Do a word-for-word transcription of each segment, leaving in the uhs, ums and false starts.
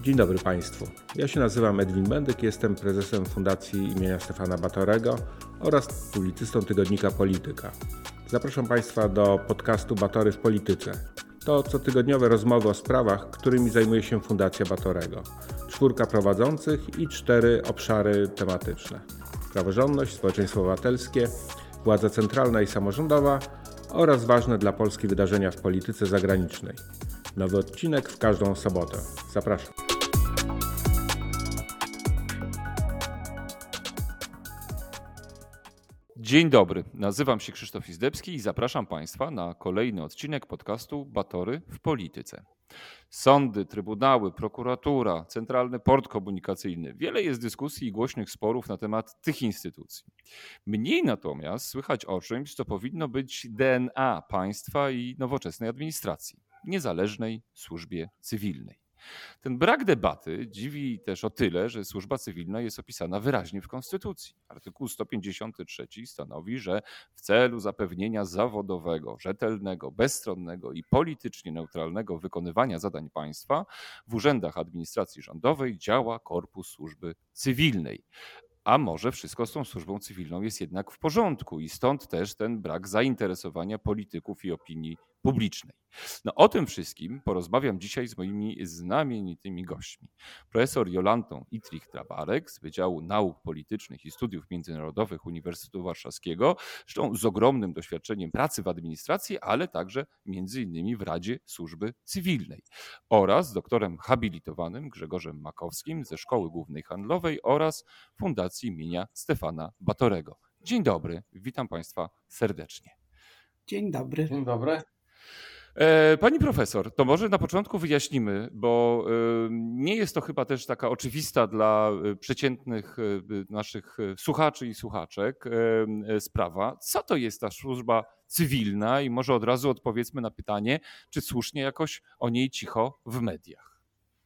Dzień dobry Państwu. Ja się nazywam Edwin Bendyk, jestem prezesem Fundacji imienia Stefana Batorego oraz publicystą tygodnika Polityka. Zapraszam Państwa do podcastu Batory w Polityce. To cotygodniowe rozmowy o sprawach, którymi zajmuje się Fundacja Batorego. Czwórka prowadzących i cztery obszary tematyczne. Praworządność, społeczeństwo obywatelskie, władza centralna i samorządowa oraz ważne dla Polski wydarzenia w polityce zagranicznej. Nowy odcinek w każdą sobotę. Zapraszam. Dzień dobry, nazywam się Krzysztof Izdebski i zapraszam Państwa na kolejny odcinek podcastu Batory w Polityce. Sądy, trybunały, prokuratura, Centralny Port Komunikacyjny. Wiele jest dyskusji i głośnych sporów na temat tych instytucji. Mniej natomiast słychać o czymś, co powinno być D N A państwa i nowoczesnej administracji, niezależnej służbie cywilnej. Ten brak debaty dziwi też o tyle, że służba cywilna jest opisana wyraźnie w Konstytucji. Artykuł sto pięćdziesiąty trzeci stanowi, że w celu zapewnienia zawodowego, rzetelnego, bezstronnego i politycznie neutralnego wykonywania zadań państwa w urzędach administracji rządowej działa korpus służby cywilnej. A może wszystko z tą służbą cywilną jest jednak w porządku i stąd też ten brak zainteresowania polityków i opinii publicznej. No, o tym wszystkim porozmawiam dzisiaj z moimi znamienitymi gośćmi. Profesor Jolantą Ittrich-Tabarek z Wydziału Nauk Politycznych i Studiów Międzynarodowych Uniwersytetu Warszawskiego, zresztą z ogromnym doświadczeniem pracy w administracji, ale także między innymi w Radzie Służby Cywilnej. Oraz doktorem habilitowanym Grzegorzem Makowskim ze Szkoły Głównej Handlowej oraz Fundacji imienia Stefana Batorego. Dzień dobry, witam Państwa serdecznie. Dzień dobry. Dzień dobry. Pani profesor, to może na początku wyjaśnimy, bo nie jest to chyba też taka oczywista dla przeciętnych naszych słuchaczy i słuchaczek sprawa. Co to jest ta służba cywilna i może od razu odpowiedzmy na pytanie, czy słusznie jakoś o niej cicho w mediach.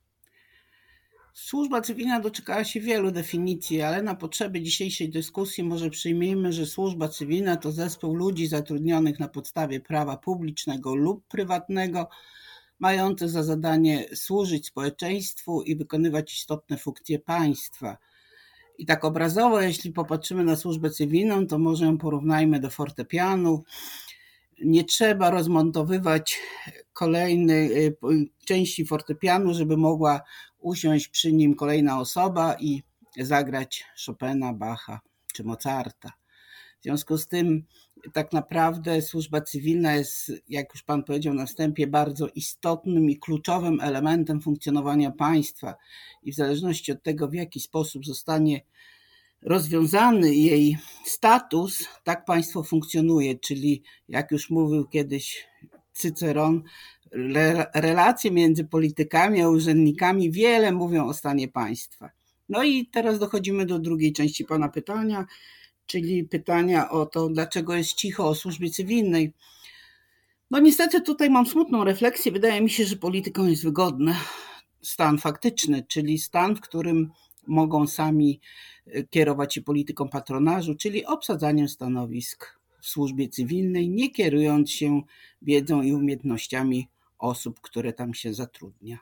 Służba cywilna doczekała się wielu definicji, ale na potrzeby dzisiejszej dyskusji może przyjmijmy, że służba cywilna to zespół ludzi zatrudnionych na podstawie prawa publicznego lub prywatnego, mający za zadanie służyć społeczeństwu i wykonywać istotne funkcje państwa. I tak obrazowo, jeśli popatrzymy na służbę cywilną, to może ją porównajmy do fortepianu. Nie trzeba rozmontowywać kolejnej części fortepianu, żeby mogła usiąść przy nim kolejna osoba i zagrać Chopina, Bacha czy Mozarta. W związku z tym tak naprawdę służba cywilna jest, jak już Pan powiedział na wstępie, bardzo istotnym i kluczowym elementem funkcjonowania państwa. I w zależności od tego, w jaki sposób zostanie rozwiązany jej status, tak państwo funkcjonuje, czyli jak już mówił kiedyś Cyceron, relacje między politykami a urzędnikami wiele mówią o stanie państwa. No i teraz dochodzimy do drugiej części Pana pytania, czyli pytania o to, dlaczego jest cicho o służbie cywilnej. No niestety tutaj mam smutną refleksję. Wydaje mi się, że polityką jest wygodny stan faktyczny, czyli stan, w którym mogą sami kierować się polityką patronażu, czyli obsadzaniem stanowisk w służbie cywilnej, nie kierując się wiedzą i umiejętnościami osób, które tam się zatrudnia.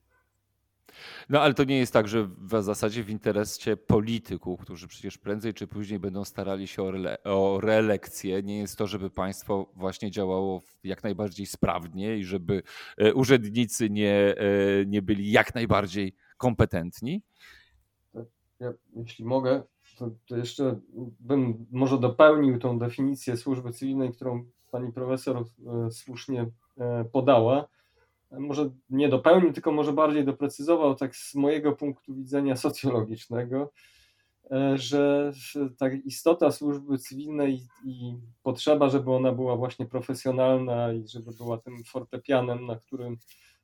No ale to nie jest tak, że w zasadzie w interesie polityków, którzy przecież prędzej czy później będą starali się o, rele- o reelekcję, nie jest to, żeby państwo właśnie działało jak najbardziej sprawnie i żeby urzędnicy nie, nie byli jak najbardziej kompetentni? Ja, jeśli mogę, to, to jeszcze bym może dopełnił tą definicję służby cywilnej, którą pani profesor e, słusznie e, podała. Może nie dopełnił, tylko może bardziej doprecyzował tak z mojego punktu widzenia socjologicznego, e, że ta istota służby cywilnej i potrzeba, żeby ona była właśnie profesjonalna i żeby była tym fortepianem, na którym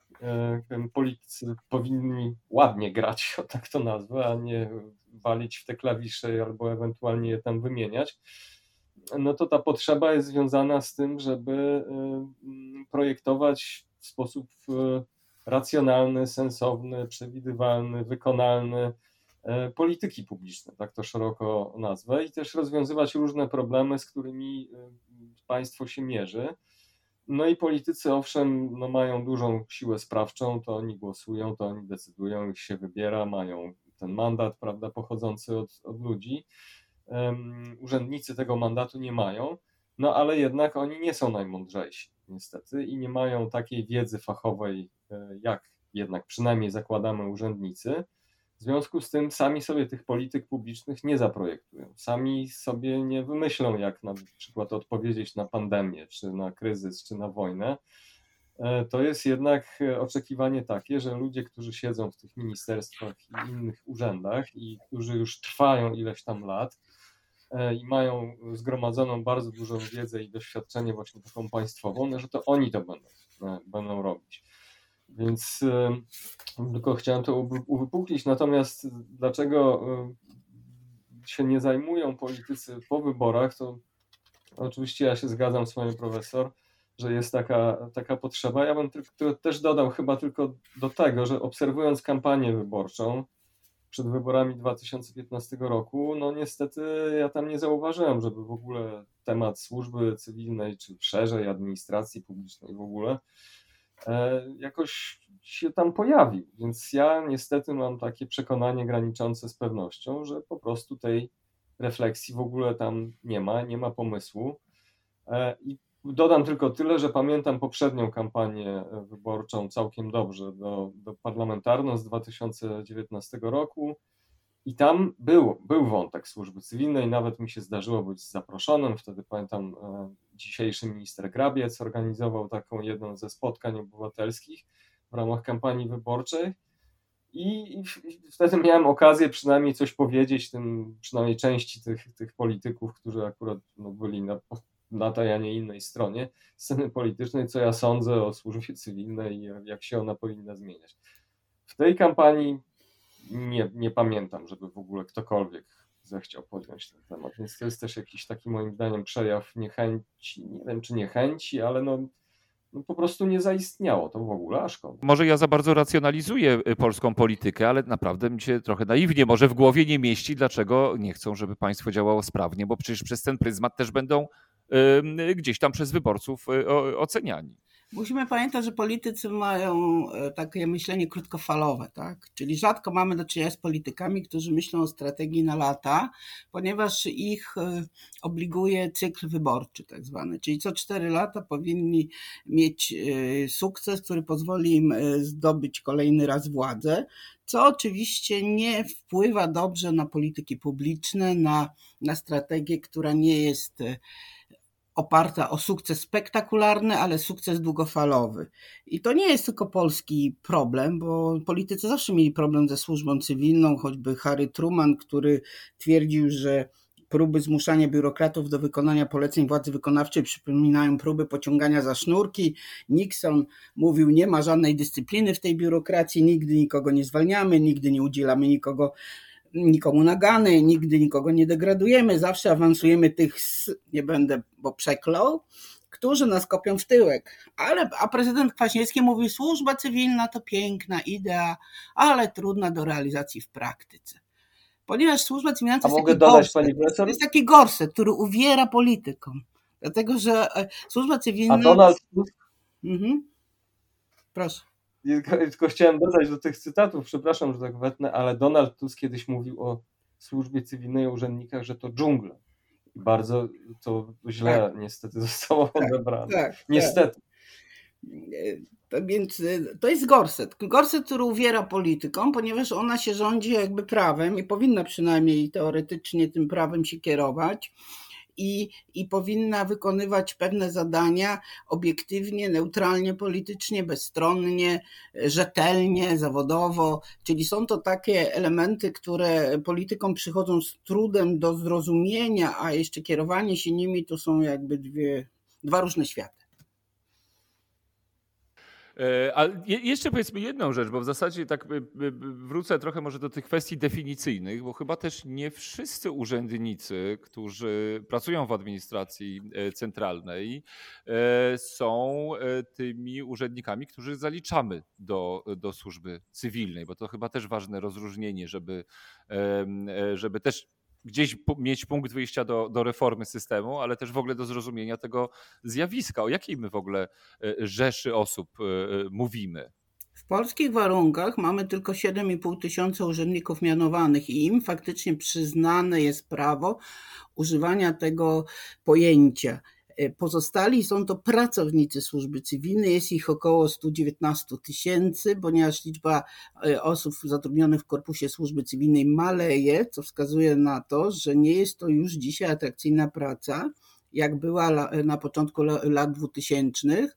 politycy powinni ładnie grać, o tak to nazwę, a nie walić w te klawisze albo ewentualnie je tam wymieniać, no to ta potrzeba jest związana z tym, żeby projektować w sposób racjonalny, sensowny, przewidywalny, wykonalny polityki publiczne, tak to szeroko nazwę, i też rozwiązywać różne problemy, z którymi państwo się mierzy. No i politycy owszem, no mają dużą siłę sprawczą, to oni głosują, to oni decydują, ich się wybiera, mają ten mandat, prawda, pochodzący od, od ludzi. Um, urzędnicy tego mandatu nie mają, no ale jednak oni nie są najmądrzejsi niestety i nie mają takiej wiedzy fachowej, jak jednak przynajmniej zakładamy urzędnicy. W związku z tym sami sobie tych polityk publicznych nie zaprojektują. Sami sobie nie wymyślą, jak na przykład odpowiedzieć na pandemię, czy na kryzys, czy na wojnę. To jest jednak oczekiwanie takie, że ludzie, którzy siedzą w tych ministerstwach i innych urzędach i którzy już trwają ileś tam lat i mają zgromadzoną bardzo dużą wiedzę i doświadczenie właśnie taką państwową, no, że to oni to będą, będą robić. Więc tylko chciałem to uwypuklić. Natomiast dlaczego się nie zajmują politycy po wyborach, to oczywiście ja się zgadzam z panią profesor, że jest taka, taka potrzeba. Ja bym tylko, też dodał chyba tylko do tego, że obserwując kampanię wyborczą przed wyborami dwa tysiące piętnastego roku, no niestety ja tam nie zauważyłem, żeby w ogóle temat służby cywilnej, czy szerzej administracji publicznej w ogóle jakoś się tam pojawił, więc ja niestety mam takie przekonanie graniczące z pewnością, że po prostu tej refleksji w ogóle tam nie ma, nie ma pomysłu. I dodam tylko tyle, że pamiętam poprzednią kampanię wyborczą całkiem dobrze, do, do parlamentarną z dwa tysiące dziewiętnastego roku i tam był, był wątek służby cywilnej, nawet mi się zdarzyło być zaproszonym, wtedy pamiętam dzisiejszy minister Grabiec organizował taką jedną ze spotkań obywatelskich w ramach kampanii wyborczej i, i wtedy miałem okazję przynajmniej coś powiedzieć tym, przynajmniej części tych, tych polityków, którzy akurat no, byli na, na tej, a nie innej stronie sceny politycznej, co ja sądzę o służbie cywilnej i jak się ona powinna zmieniać. W tej kampanii nie, nie pamiętam, żeby w ogóle ktokolwiek zechciał podjąć ten temat, więc to jest też jakiś taki moim zdaniem przejaw niechęci, nie wiem czy niechęci, ale no, no po prostu nie zaistniało to w ogóle, a szkoda. Może ja za bardzo racjonalizuję polską politykę, ale naprawdę mi się trochę naiwnie może w głowie nie mieści, dlaczego nie chcą, żeby państwo działało sprawnie, bo przecież przez ten pryzmat też będą y, gdzieś tam przez wyborców y, o, oceniani. Musimy pamiętać, że politycy mają takie myślenie krótkofalowe, tak? Czyli rzadko mamy do czynienia z politykami, którzy myślą o strategii na lata, ponieważ ich obliguje cykl wyborczy tak zwany. Czyli co cztery lata powinni mieć sukces, który pozwoli im zdobyć kolejny raz władzę, co oczywiście nie wpływa dobrze na polityki publiczne, na, na strategię, która nie jest oparta o sukces spektakularny, ale sukces długofalowy. I to nie jest tylko polski problem, bo politycy zawsze mieli problem ze służbą cywilną, choćby Harry Truman, który twierdził, że próby zmuszania biurokratów do wykonania poleceń władzy wykonawczej przypominają próby pociągania za sznurki. Nixon mówił, nie ma żadnej dyscypliny w tej biurokracji, nigdy nikogo nie zwalniamy, nigdy nie udzielamy nikogo nikomu nagany, nigdy nikogo nie degradujemy, zawsze awansujemy tych, nie będę, bo przeklął, którzy nas kopią w tyłek. Ale, a prezydent Kwaśniewski mówił, służba cywilna to piękna idea, ale trudna do realizacji w praktyce. Ponieważ służba cywilna to, jest taki, dodać, gorset, pani profesor? to jest taki gorset, który uwiera politykom. Dlatego, że służba cywilna... A Donald Tusk... Mhm. Proszę. Tylko chciałem dodać do tych cytatów, przepraszam, że tak wetnę, ale Donald Tusk kiedyś mówił o służbie cywilnej, o urzędnikach, że to dżungla. I bardzo to źle tak. niestety zostało tak, odebrane. Tak, niestety. Tak. Więc to jest gorset. Gorset, który uwiera politykom, ponieważ ona się rządzi jakby prawem i powinna przynajmniej teoretycznie tym prawem się kierować. I, i powinna wykonywać pewne zadania obiektywnie, neutralnie politycznie, bezstronnie, rzetelnie, zawodowo. Czyli są to takie elementy, które politykom przychodzą z trudem do zrozumienia, a jeszcze kierowanie się nimi to są jakby dwie, dwa różne światy. A jeszcze powiedzmy jedną rzecz, bo w zasadzie tak wrócę trochę może do tych kwestii definicyjnych, bo chyba też nie wszyscy urzędnicy, którzy pracują w administracji centralnej, są tymi urzędnikami, których zaliczamy do, do służby cywilnej, bo to chyba też ważne rozróżnienie, żeby, żeby też gdzieś mieć punkt wyjścia do, do reformy systemu, ale też w ogóle do zrozumienia tego zjawiska. O jakiej my w ogóle rzeszy osób mówimy? W polskich warunkach mamy tylko siedem i pół tysiąca urzędników mianowanych i im faktycznie przyznane jest prawo używania tego pojęcia. Pozostali są to pracownicy służby cywilnej, jest ich około sto dziewiętnaście tysięcy, ponieważ liczba osób zatrudnionych w korpusie służby cywilnej maleje, co wskazuje na to, że nie jest to już dzisiaj atrakcyjna praca, jak była na początku lat dwutysięcznych.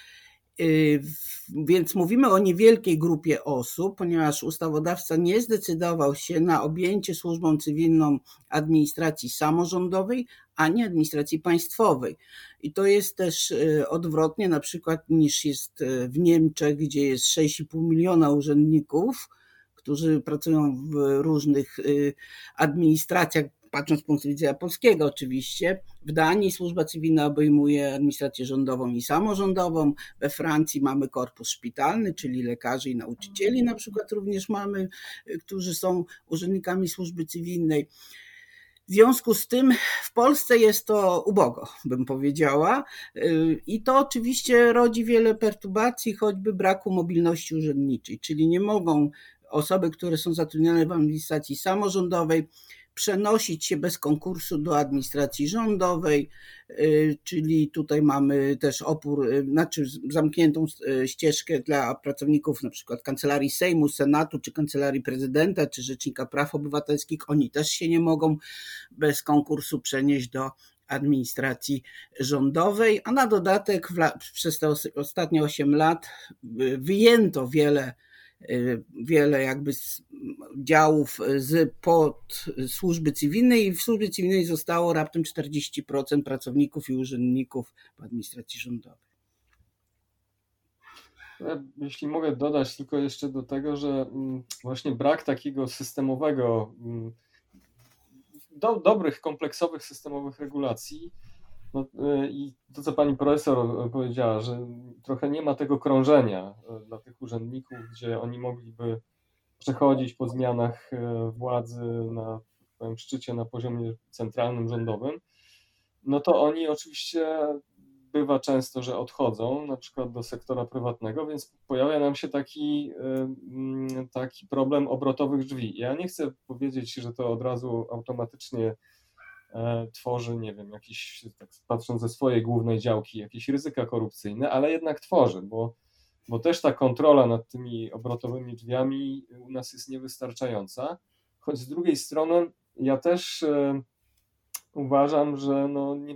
Więc mówimy o niewielkiej grupie osób, ponieważ ustawodawca nie zdecydował się na objęcie służbą cywilną administracji samorządowej, ani administracji państwowej. I to jest też odwrotnie na przykład niż jest w Niemczech, gdzie jest sześć i pół miliona urzędników, którzy pracują w różnych administracjach, patrząc z punktu widzenia polskiego oczywiście. W Danii służba cywilna obejmuje administrację rządową i samorządową. We Francji mamy korpus szpitalny, czyli lekarzy i nauczycieli na przykład również mamy, którzy są urzędnikami służby cywilnej. W związku z tym w Polsce jest to ubogo, bym powiedziała, i to oczywiście rodzi wiele perturbacji, choćby braku mobilności urzędniczej, czyli nie mogą osoby, które są zatrudnione w administracji samorządowej, przenosić się bez konkursu do administracji rządowej, czyli tutaj mamy też opór, znaczy zamkniętą ścieżkę dla pracowników na przykład Kancelarii Sejmu, Senatu, czy Kancelarii Prezydenta, czy Rzecznika Praw Obywatelskich. Oni też się nie mogą bez konkursu przenieść do administracji rządowej, a na dodatek przez te ostatnie osiem lat wyjęto wiele wiele jakby działów z pod służby cywilnej i w służbie cywilnej zostało raptem czterdzieści procent pracowników i urzędników w administracji rządowej. Jeśli mogę dodać tylko jeszcze do tego, że właśnie brak takiego systemowego, do, dobrych, kompleksowych, systemowych regulacji, no i to, co pani profesor powiedziała, że trochę nie ma tego krążenia dla tych urzędników, gdzie oni mogliby przechodzić po zmianach władzy na powiem, szczycie na poziomie centralnym, rządowym, no to oni oczywiście bywa często, że odchodzą na przykład do sektora prywatnego, więc pojawia nam się taki, taki problem obrotowych drzwi. Ja nie chcę powiedzieć, że to od razu automatycznie tworzy, nie wiem, jakieś, tak patrząc ze swojej głównej działki, jakieś ryzyka korupcyjne, ale jednak tworzy, bo, bo też ta kontrola nad tymi obrotowymi drzwiami u nas jest niewystarczająca, choć z drugiej strony ja też e, uważam, że no nie,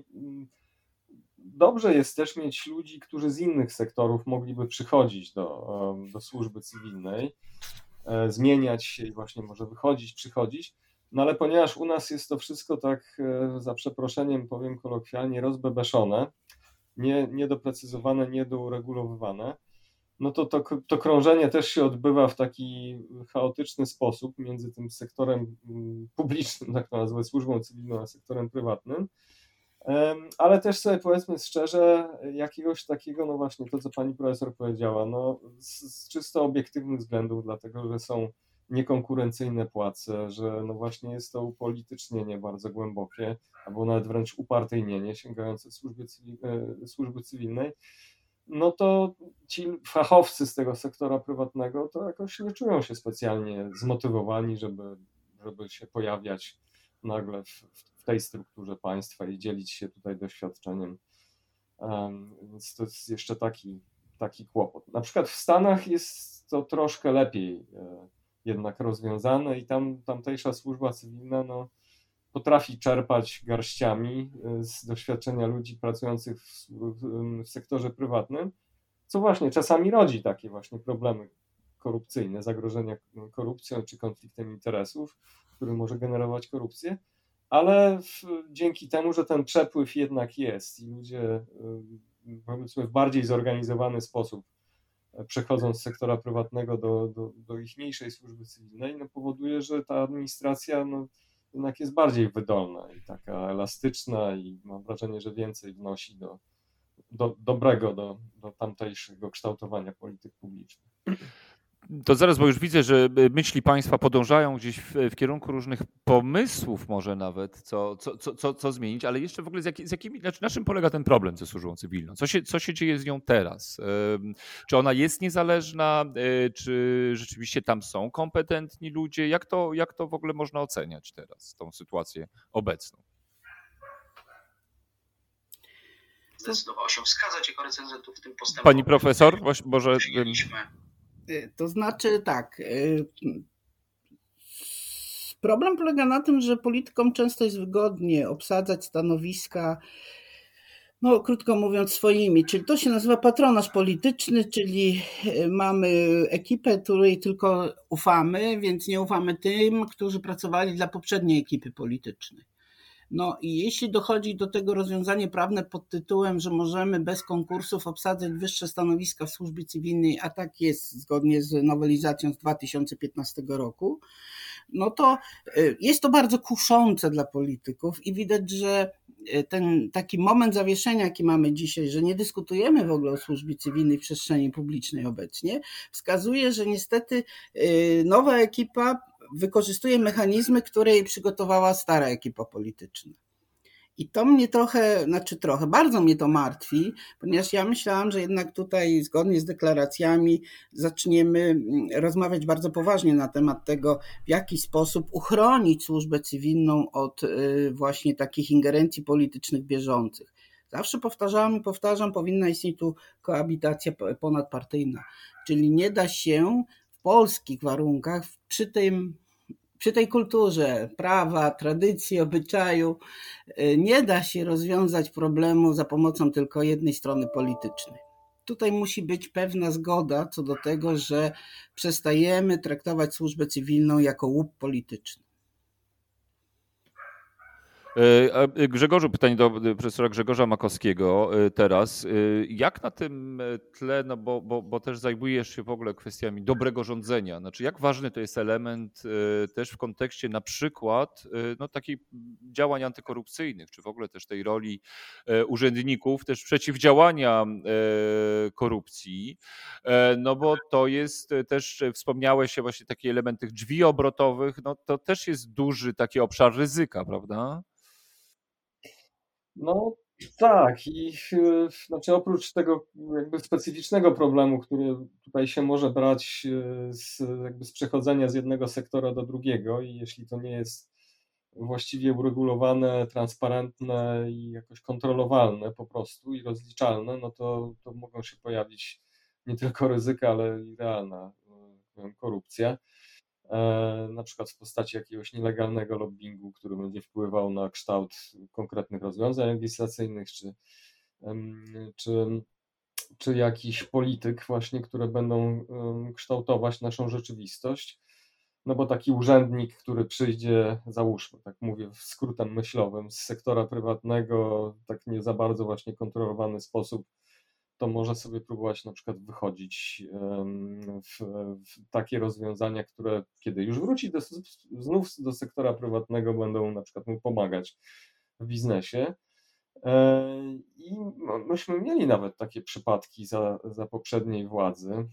dobrze jest też mieć ludzi, którzy z innych sektorów mogliby przychodzić do, do służby cywilnej, e, zmieniać się i właśnie może wychodzić, przychodzić. No ale ponieważ u nas jest to wszystko tak, za przeproszeniem powiem kolokwialnie, rozbebeszone, nie, niedoprecyzowane, niedouregulowywane, no to, to to krążenie też się odbywa w taki chaotyczny sposób między tym sektorem publicznym, tak to nazwę, służbą cywilną, a sektorem prywatnym. Ale też sobie powiedzmy szczerze, jakiegoś takiego, no właśnie to, co pani profesor powiedziała, no z, z czysto obiektywnych względów, dlatego że są niekonkurencyjne płace, że no właśnie jest to upolitycznienie bardzo głębokie, albo nawet wręcz upartyjnienie sięgające służby, cywil, służby cywilnej, no to ci fachowcy z tego sektora prywatnego to jakoś nie czują się specjalnie zmotywowani, żeby, żeby się pojawiać nagle w, w tej strukturze państwa i dzielić się tutaj doświadczeniem. Um, więc to jest jeszcze taki, taki kłopot. Na przykład w Stanach jest to troszkę lepiej e, jednak rozwiązane i tam tamtejsza służba cywilna no, potrafi czerpać garściami z doświadczenia ludzi pracujących w, w, w sektorze prywatnym, co właśnie czasami rodzi takie właśnie problemy korupcyjne, zagrożenia korupcją czy konfliktem interesów, który może generować korupcję, ale w, dzięki temu, że ten przepływ jednak jest i ludzie powiedzmy w bardziej zorganizowany sposób przechodzą z sektora prywatnego do, do, do ichniejszej służby cywilnej, no powoduje, że ta administracja no, jednak jest bardziej wydolna i taka elastyczna i mam wrażenie, że więcej wnosi do, do dobrego, do, do tamtejszego kształtowania polityk publicznych. To zaraz, bo już widzę, że myśli Państwa podążają gdzieś w, w kierunku różnych pomysłów może nawet, co, co, co, co, co zmienić, ale jeszcze w ogóle z, jak, z jakimi, znaczy na czym polega ten problem ze służbą cywilną? Co się, co się dzieje z nią teraz? Czy ona jest niezależna? Czy rzeczywiście tam są kompetentni ludzie? Jak to, jak to w ogóle można oceniać teraz, tą sytuację obecną? Zdecydował się wskazać jako recenzentów w tym postępowaniu. Pani profesor, może... To znaczy tak, problem polega na tym, że politykom często jest wygodnie obsadzać stanowiska, no krótko mówiąc, swoimi, czyli to się nazywa patronaż polityczny, czyli mamy ekipę, której tylko ufamy, więc nie ufamy tym, którzy pracowali dla poprzedniej ekipy politycznej. No i jeśli dochodzi do tego rozwiązanie prawne pod tytułem, że możemy bez konkursów obsadzać wyższe stanowiska w służbie cywilnej, a tak jest zgodnie z nowelizacją z dwa tysiące piętnastego roku, no to jest to bardzo kuszące dla polityków i widać, że ten taki moment zawieszenia, jaki mamy dzisiaj, że nie dyskutujemy w ogóle o służbie cywilnej w przestrzeni publicznej obecnie, wskazuje, że niestety nowa ekipa wykorzystuje mechanizmy, które jej przygotowała stara ekipa polityczna. I to mnie trochę, znaczy trochę, bardzo mnie to martwi, ponieważ ja myślałam, że jednak tutaj zgodnie z deklaracjami zaczniemy rozmawiać bardzo poważnie na temat tego, w jaki sposób uchronić służbę cywilną od właśnie takich ingerencji politycznych bieżących. Zawsze powtarzałam i powtarzam, powinna istnieć tu koabitacja ponadpartyjna, czyli nie da się w polskich warunkach przy tym Przy tej kulturze prawa, tradycji, obyczaju nie da się rozwiązać problemu za pomocą tylko jednej strony politycznej. Tutaj musi być pewna zgoda co do tego, że przestajemy traktować służbę cywilną jako łup polityczny. Grzegorzu, pytanie do profesora Grzegorza Makowskiego teraz. Jak na tym tle, no bo, bo, bo też zajmujesz się w ogóle kwestiami dobrego rządzenia, znaczy jak ważny to jest element też w kontekście na przykład no, takich działań antykorupcyjnych, czy w ogóle też tej roli urzędników, też przeciwdziałania korupcji, no bo to jest też, wspomniałeś się właśnie taki element tych drzwi obrotowych, no to też jest duży taki obszar ryzyka, prawda? No tak i znaczy oprócz tego jakby specyficznego problemu, który tutaj się może brać z, jakby z przechodzenia z jednego sektora do drugiego i jeśli to nie jest właściwie uregulowane, transparentne i jakoś kontrolowalne po prostu i rozliczalne, no to, to mogą się pojawić nie tylko ryzyka, ale i realna korupcja. Na przykład w postaci jakiegoś nielegalnego lobbingu, który będzie wpływał na kształt konkretnych rozwiązań legislacyjnych, czy, czy, czy jakiś polityk właśnie, które będą kształtować naszą rzeczywistość. No bo taki urzędnik, który przyjdzie, załóżmy, tak mówię w skrótem myślowym, z sektora prywatnego, tak nie za bardzo właśnie kontrolowany sposób, to może sobie próbować na przykład wychodzić w, w takie rozwiązania, które kiedy już wróci do, znów do sektora prywatnego, będą na przykład mu pomagać w biznesie. I myśmy mieli nawet takie przypadki za, za poprzedniej władzy,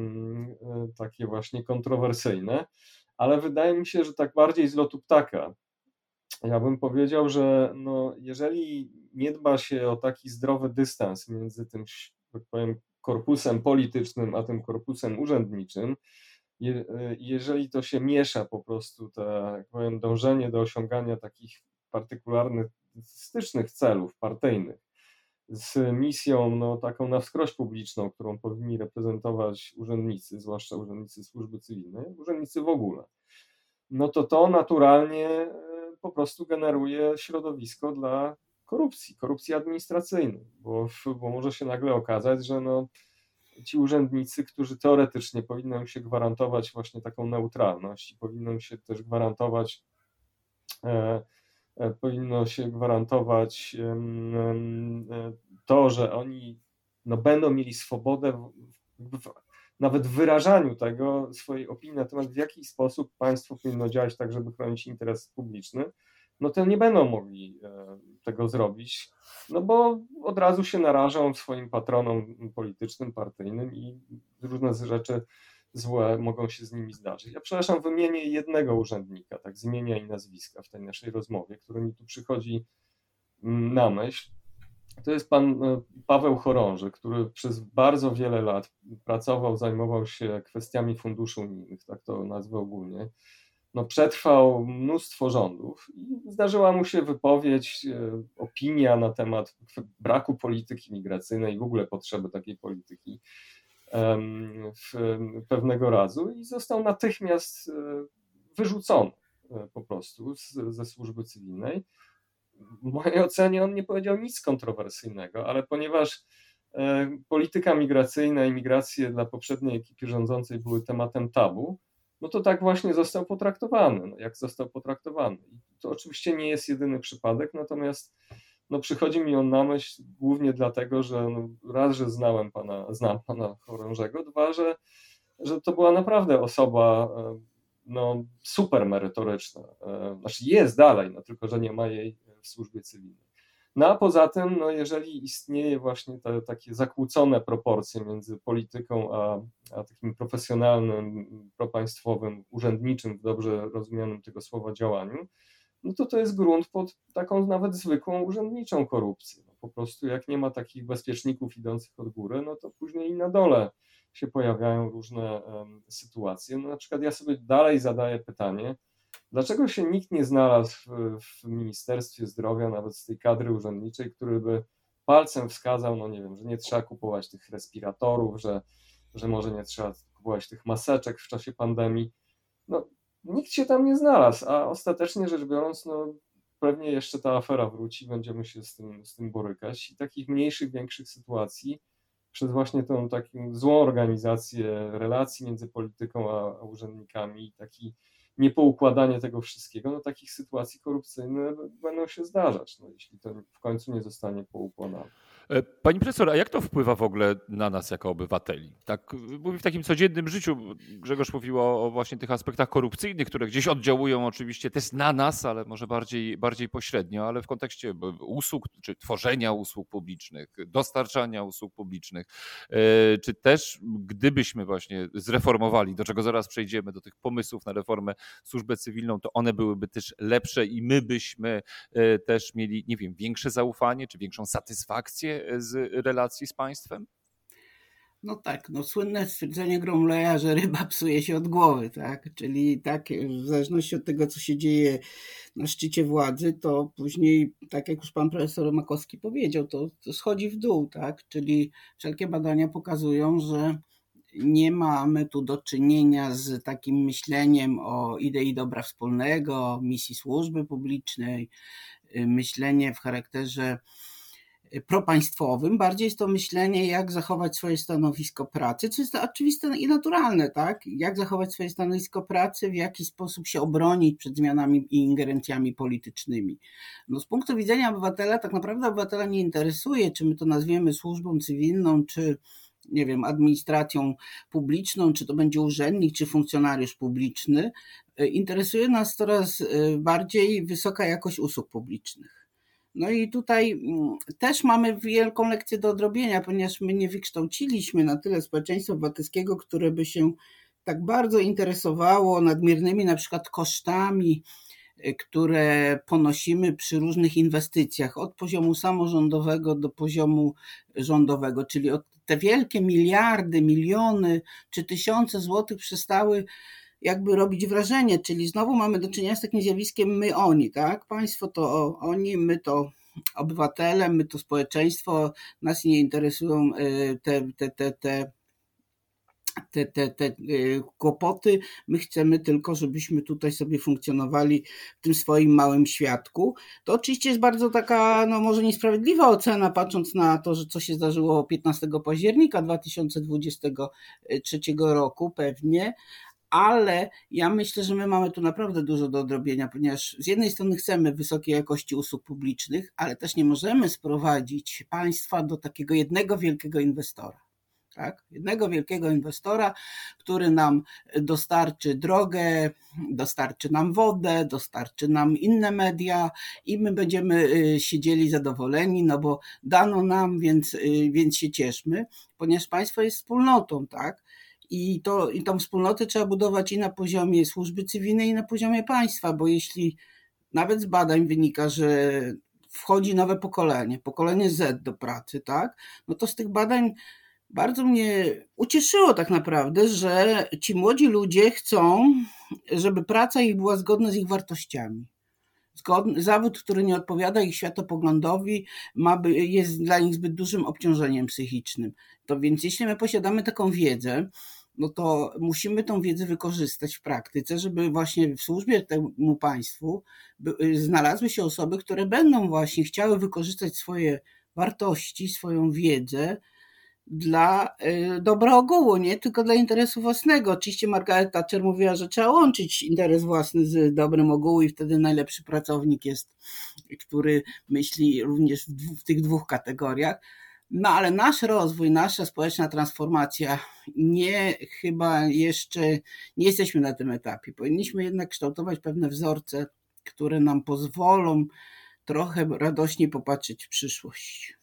takie właśnie kontrowersyjne, ale wydaje mi się, że tak bardziej z lotu ptaka. Ja bym powiedział, że no, jeżeli nie dba się o taki zdrowy dystans między tym, tak powiem, korpusem politycznym, a tym korpusem urzędniczym, je, jeżeli to się miesza po prostu, te, jak powiem, dążenie do osiągania takich partykularnych, stycznych celów partyjnych z misją no, taką na wskroś publiczną, którą powinni reprezentować urzędnicy, zwłaszcza urzędnicy służby cywilnej, urzędnicy w ogóle, no to to naturalnie po prostu generuje środowisko dla korupcji, korupcji administracyjnej, bo, bo może się nagle okazać, że no, ci urzędnicy, którzy teoretycznie powinno im się gwarantować właśnie taką neutralność i powinno im się też gwarantować e, e, powinno się gwarantować e, e, to, że oni no, będą mieli swobodę w, w, nawet w wyrażaniu tego, swojej opinii na temat, w jaki sposób państwo powinno działać tak, żeby chronić interes publiczny, no to nie będą mogli tego zrobić, no bo od razu się narażą swoim patronom politycznym, partyjnym i różne rzeczy złe mogą się z nimi zdarzyć. Ja przepraszam, wymienię jednego urzędnika, tak z imienia i nazwiska w tej naszej rozmowie, który mi tu przychodzi na myśl. To jest pan Paweł Chorąży, który przez bardzo wiele lat pracował, zajmował się kwestiami funduszy unijnych, tak to nazwę ogólnie. No, przetrwał mnóstwo rządów i zdarzyła mu się wypowiedź, opinia na temat braku polityki migracyjnej i w ogóle potrzeby takiej polityki w pewnego razu i został natychmiast wyrzucony po prostu z, ze służby cywilnej. W mojej ocenie on nie powiedział nic kontrowersyjnego, ale ponieważ polityka migracyjna i migracje dla poprzedniej ekipy rządzącej były tematem tabu, no to tak właśnie został potraktowany, no jak został potraktowany. I to oczywiście nie jest jedyny przypadek, natomiast no przychodzi mi on na myśl głównie dlatego, że no raz, że znałem pana, znam pana Chorążego, dwa, że, że to była naprawdę osoba no, super merytoryczna. Znaczy jest dalej, no tylko że nie ma jej w służbie cywilnej. No a poza tym, no jeżeli istnieje właśnie te takie zakłócone proporcje między polityką a, a takim profesjonalnym, propaństwowym, urzędniczym, w dobrze rozumianym tego słowa działaniu, no to to jest grunt pod taką nawet zwykłą urzędniczą korupcję. No po prostu jak nie ma takich bezpieczników idących od góry, no to później i na dole się pojawiają różne um, sytuacje. No na przykład ja sobie dalej zadaję pytanie, dlaczego się nikt nie znalazł w, w Ministerstwie Zdrowia, nawet z tej kadry urzędniczej, który by palcem wskazał, no nie wiem, że nie trzeba kupować tych respiratorów, że, że może nie trzeba kupować tych maseczek w czasie pandemii. No, nikt się tam nie znalazł, a ostatecznie rzecz biorąc, no pewnie jeszcze ta afera wróci, będziemy się z tym, z tym borykać i takich mniejszych, większych sytuacji przez właśnie tą taką złą organizację relacji między polityką a, a urzędnikami, taki niepoukładanie tego wszystkiego, no takich sytuacji korupcyjnych będą się zdarzać, no, jeśli to w końcu nie zostanie poukładane. Pani profesor, a jak to wpływa w ogóle na nas jako obywateli? Tak, mówi w takim codziennym życiu, Grzegorz mówił o, o właśnie tych aspektach korupcyjnych, które gdzieś oddziałują oczywiście też na nas, ale może bardziej, bardziej pośrednio, ale w kontekście usług, czy tworzenia usług publicznych, dostarczania usług publicznych, czy też gdybyśmy właśnie zreformowali, do czego zaraz przejdziemy, do tych pomysłów na reformę służbę cywilną, to one byłyby też lepsze i my byśmy też mieli, nie wiem, większe zaufanie, czy większą satysfakcję z relacji z państwem? No tak, no słynne stwierdzenie Gromleya, że ryba psuje się od głowy, tak? Czyli tak, w zależności od tego, co się dzieje na szczycie władzy, to później, tak jak już pan profesor Makowski powiedział, to, to schodzi w dół, tak? Czyli wszelkie badania pokazują, że nie mamy tu do czynienia z takim myśleniem o idei dobra wspólnego, misji służby publicznej, myślenie w charakterze propaństwowym, bardziej jest to myślenie, jak zachować swoje stanowisko pracy, co jest to oczywiste i naturalne, tak? Jak zachować swoje stanowisko pracy, w jaki sposób się obronić przed zmianami i ingerencjami politycznymi. No, z punktu widzenia obywatela, tak naprawdę obywatela nie interesuje, czy my to nazwiemy służbą cywilną, czy nie wiem, administracją publiczną, czy to będzie urzędnik, czy funkcjonariusz publiczny. Interesuje nas coraz bardziej wysoka jakość usług publicznych. No i tutaj też mamy wielką lekcję do odrobienia, ponieważ my nie wykształciliśmy na tyle społeczeństwa obywatelskiego, które by się tak bardzo interesowało nadmiernymi na przykład kosztami, które ponosimy przy różnych inwestycjach, od poziomu samorządowego do poziomu rządowego, czyli od te wielkie miliardy, miliony czy tysiące złotych przestały jakby robić wrażenie, czyli znowu mamy do czynienia z takim zjawiskiem my-oni, tak? Państwo to oni, my to obywatele, my to społeczeństwo, nas nie interesują te, te, te, te, te, te, te kłopoty, my chcemy tylko, żebyśmy tutaj sobie funkcjonowali w tym swoim małym światku. To oczywiście jest bardzo taka, no może niesprawiedliwa ocena, patrząc na to, że co się zdarzyło piętnastego października dwa tysiące dwudziestego trzeciego roku pewnie, ale ja myślę, że my mamy tu naprawdę dużo do odrobienia, ponieważ z jednej strony chcemy wysokiej jakości usług publicznych, ale też nie możemy sprowadzić państwa do takiego jednego wielkiego inwestora. Tak? Jednego wielkiego inwestora, który nam dostarczy drogę, dostarczy nam wodę, dostarczy nam inne media i my będziemy siedzieli zadowoleni, no bo dano nam, więc, więc się cieszmy, ponieważ państwo jest wspólnotą, tak? I, to, I tą wspólnotę trzeba budować i na poziomie służby cywilnej, i na poziomie państwa, bo jeśli nawet z badań wynika, że wchodzi nowe pokolenie, pokolenie Z do pracy, tak, no to z tych badań bardzo mnie ucieszyło tak naprawdę, że ci młodzi ludzie chcą, żeby praca ich była zgodna z ich wartościami. Zgodny, zawód, który nie odpowiada ich światopoglądowi, ma by, jest dla nich zbyt dużym obciążeniem psychicznym. To więc jeśli my posiadamy taką wiedzę, no to musimy tą wiedzę wykorzystać w praktyce, żeby właśnie w służbie temu państwu znalazły się osoby, które będą właśnie chciały wykorzystać swoje wartości, swoją wiedzę dla dobra ogółu, nie tylko dla interesu własnego. Oczywiście Margaret Thatcher mówiła, że trzeba łączyć interes własny z dobrem ogółu i wtedy najlepszy pracownik jest, który myśli również w, dwu, w tych dwóch kategoriach. No ale nasz rozwój, nasza społeczna transformacja, nie chyba jeszcze nie jesteśmy na tym etapie. Powinniśmy jednak kształtować pewne wzorce, które nam pozwolą trochę radośnie popatrzeć w przyszłość.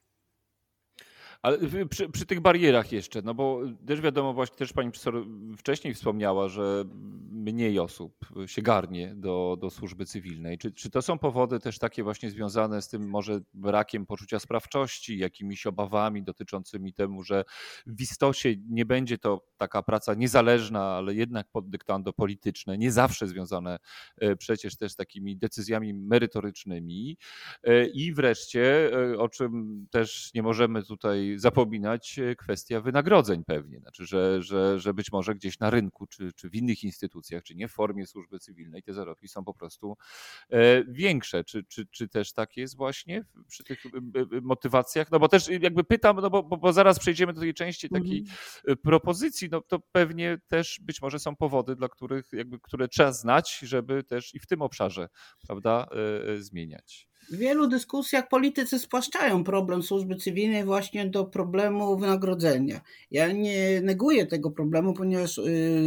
Ale przy, przy tych barierach jeszcze, no bo też wiadomo, właśnie też pani profesor wcześniej wspomniała, że mniej osób się garnie do, do służby cywilnej. Czy, czy to są powody też takie właśnie związane z tym może brakiem poczucia sprawczości, jakimiś obawami dotyczącymi temu, że w istocie nie będzie to taka praca niezależna, ale jednak pod dyktando polityczne, nie zawsze związane przecież też z takimi decyzjami merytorycznymi. I wreszcie, o czym też nie możemy tutaj zapominać, kwestia wynagrodzeń pewnie. Znaczy, że, że, że być może gdzieś na rynku, czy, czy w innych instytucjach, czy nie w formie służby cywilnej, te zarobki są po prostu większe. Czy, czy, czy też tak jest właśnie przy tych motywacjach? No bo też jakby pytam, no bo, bo, bo zaraz przejdziemy do tej części takiej mm. propozycji, no to pewnie też być może są powody, dla których jakby, które trzeba znać, żeby też i w tym obszarze, prawda, zmieniać. W wielu dyskusjach politycy spłaszczają problem służby cywilnej właśnie do problemu wynagrodzenia. Ja nie neguję tego problemu, ponieważ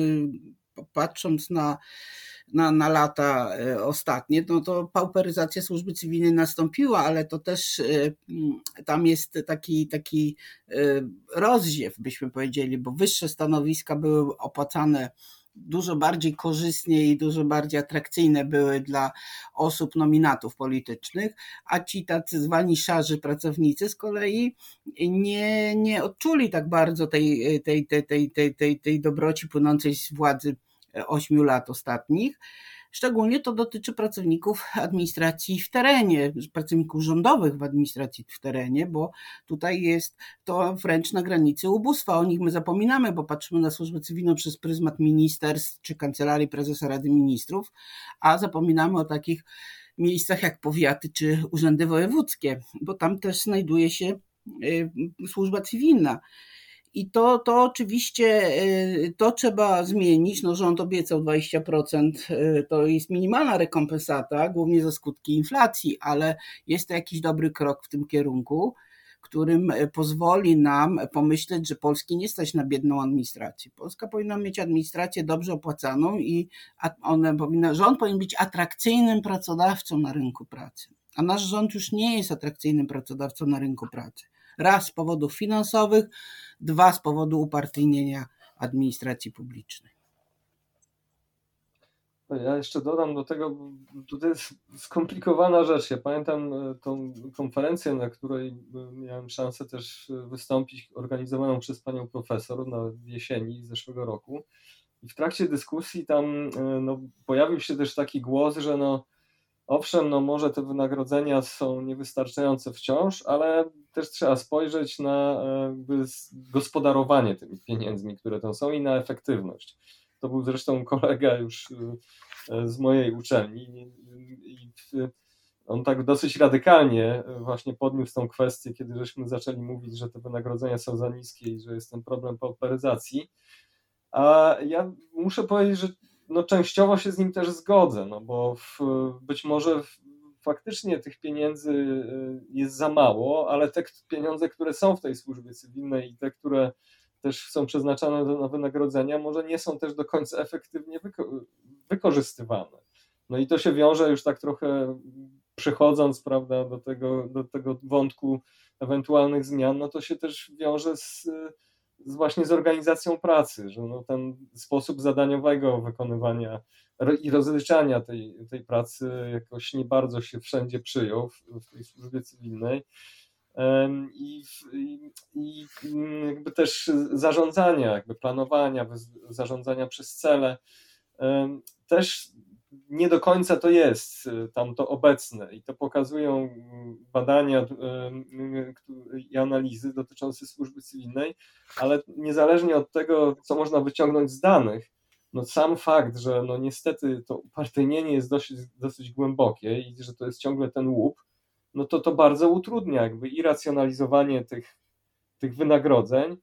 yy, patrząc na, na, na lata ostatnie, no to pauperyzacja służby cywilnej nastąpiła, ale to też yy, tam jest taki, taki yy, rozziew, byśmy powiedzieli, bo wyższe stanowiska były opłacane dużo bardziej korzystnie i dużo bardziej atrakcyjne były dla osób nominatów politycznych, a ci tacy zwani szarzy pracownicy z kolei nie, nie odczuli tak bardzo tej, tej, tej, tej, tej, tej, tej dobroci płynącej z władzy ośmiu lat ostatnich. Szczególnie to dotyczy pracowników administracji w terenie, pracowników rządowych w administracji w terenie, bo tutaj jest to wręcz na granicy ubóstwa. O nich my zapominamy, bo patrzymy na służbę cywilną przez pryzmat ministerstw czy Kancelarii Prezesa Rady Ministrów, a zapominamy o takich miejscach jak powiaty czy urzędy wojewódzkie, bo tam też znajduje się służba cywilna. I to, to oczywiście to trzeba zmienić. No, rząd obiecał dwadzieścia procent, to jest minimalna rekompensata, głównie za skutki inflacji, ale jest to jakiś dobry krok w tym kierunku, którym pozwoli nam pomyśleć, że Polski nie stać na biedną administrację. Polska powinna mieć administrację dobrze opłacaną i one powinna, rząd powinien być atrakcyjnym pracodawcą na rynku pracy. A nasz rząd już nie jest atrakcyjnym pracodawcą na rynku pracy. Raz z powodów finansowych, dwa z powodu upartyjnienia administracji publicznej. Ja jeszcze dodam do tego, to jest skomplikowana rzecz. Ja pamiętam tą konferencję, na której miałem szansę też wystąpić, organizowaną przez panią profesor na jesieni zeszłego roku. I w trakcie dyskusji tam no, pojawił się też taki głos, że no owszem, no może te wynagrodzenia są niewystarczające wciąż, ale też trzeba spojrzeć na jakby gospodarowanie tymi pieniędzmi, które tam są i na efektywność. To był zresztą kolega już z mojej uczelni i on tak dosyć radykalnie właśnie podniósł tą kwestię, kiedy żeśmy zaczęli mówić, że te wynagrodzenia są za niskie i że jest ten problem pauperyzacji. A ja muszę powiedzieć, że no częściowo się z nim też zgodzę, no bo w, być może w, faktycznie tych pieniędzy jest za mało, ale te pieniądze, które są w tej służbie cywilnej i te, które też są przeznaczane na wynagrodzenia, może nie są też do końca efektywnie wyko- wykorzystywane. No i to się wiąże już tak trochę przechodząc, prawda, do tego, do tego wątku ewentualnych zmian, no to się też wiąże z z, właśnie z organizacją pracy, że no ten sposób zadaniowego wykonywania i rozliczania tej, tej pracy jakoś nie bardzo się wszędzie przyjął w, w tej służbie cywilnej. I, i, i jakby też zarządzania, jakby planowania, zarządzania przez cele też nie do końca to jest tam to obecne i to pokazują badania i analizy dotyczące służby cywilnej, ale niezależnie od tego, co można wyciągnąć z danych, no sam fakt, że no niestety to upartyjnienie jest dosyć, dosyć głębokie i że to jest ciągle ten łup, no to to bardzo utrudnia jakby i racjonalizowanie tych, tych wynagrodzeń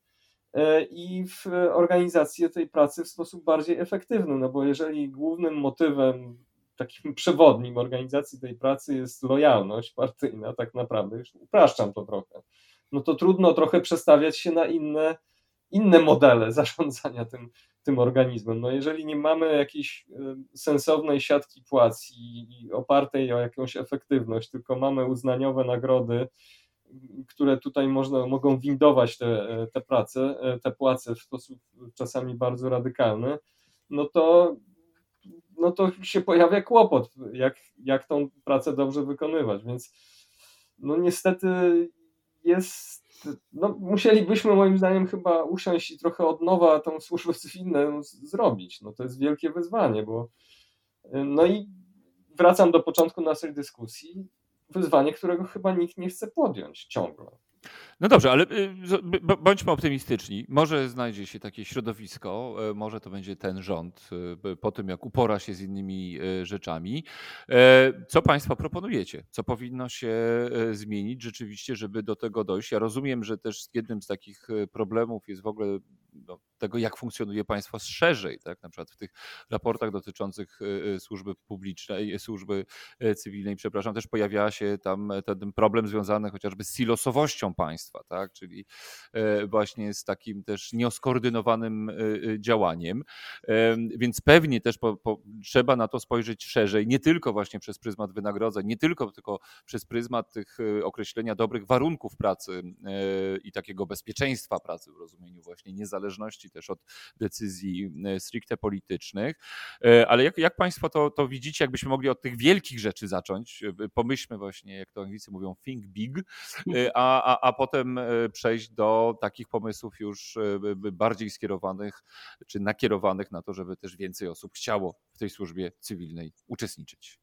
i w organizację tej pracy w sposób bardziej efektywny, no bo jeżeli głównym motywem takim przewodnim organizacji tej pracy jest lojalność partyjna, tak naprawdę, już upraszczam to trochę, no to trudno trochę przestawiać się na inne, inne modele zarządzania tym, tym organizmem. No jeżeli nie mamy jakiejś sensownej siatki płac i, i opartej o jakąś efektywność, tylko mamy uznaniowe nagrody, które tutaj można, mogą windować te, te prace, te płace w sposób czasami bardzo radykalny, no to, no to się pojawia kłopot, jak, jak tą pracę dobrze wykonywać, więc no niestety jest, no musielibyśmy moim zdaniem chyba usiąść i trochę od nowa tą służbę cywilną zrobić, no to jest wielkie wyzwanie, bo no i wracam do początku naszej dyskusji, wyzwanie, którego chyba nikt nie chce podjąć ciągle. No dobrze, ale bądźmy optymistyczni. Może znajdzie się takie środowisko, może to będzie ten rząd po tym, jak upora się z innymi rzeczami. Co Państwo proponujecie? Co powinno się zmienić rzeczywiście, żeby do tego dojść? Ja rozumiem, że też jednym z takich problemów jest w ogóle no, tego, jak funkcjonuje państwo szerzej, tak? Na przykład w tych raportach dotyczących służby publicznej, służby cywilnej, przepraszam, też pojawiała się tam ten problem związany chociażby z silosowością państwa, tak? Czyli właśnie z takim też nieskoordynowanym działaniem, więc pewnie też po, po, trzeba na to spojrzeć szerzej, nie tylko właśnie przez pryzmat wynagrodzeń, nie tylko tylko przez pryzmat tych określenia dobrych warunków pracy i takiego bezpieczeństwa pracy w rozumieniu właśnie niezależności też od decyzji stricte politycznych, ale jak, jak Państwo to, to widzicie, jakbyśmy mogli od tych wielkich rzeczy zacząć, pomyślmy właśnie, jak to Anglicy mówią, think big, a, a, a potem przejść do takich pomysłów już bardziej skierowanych czy nakierowanych na to, żeby też więcej osób chciało w tej służbie cywilnej uczestniczyć.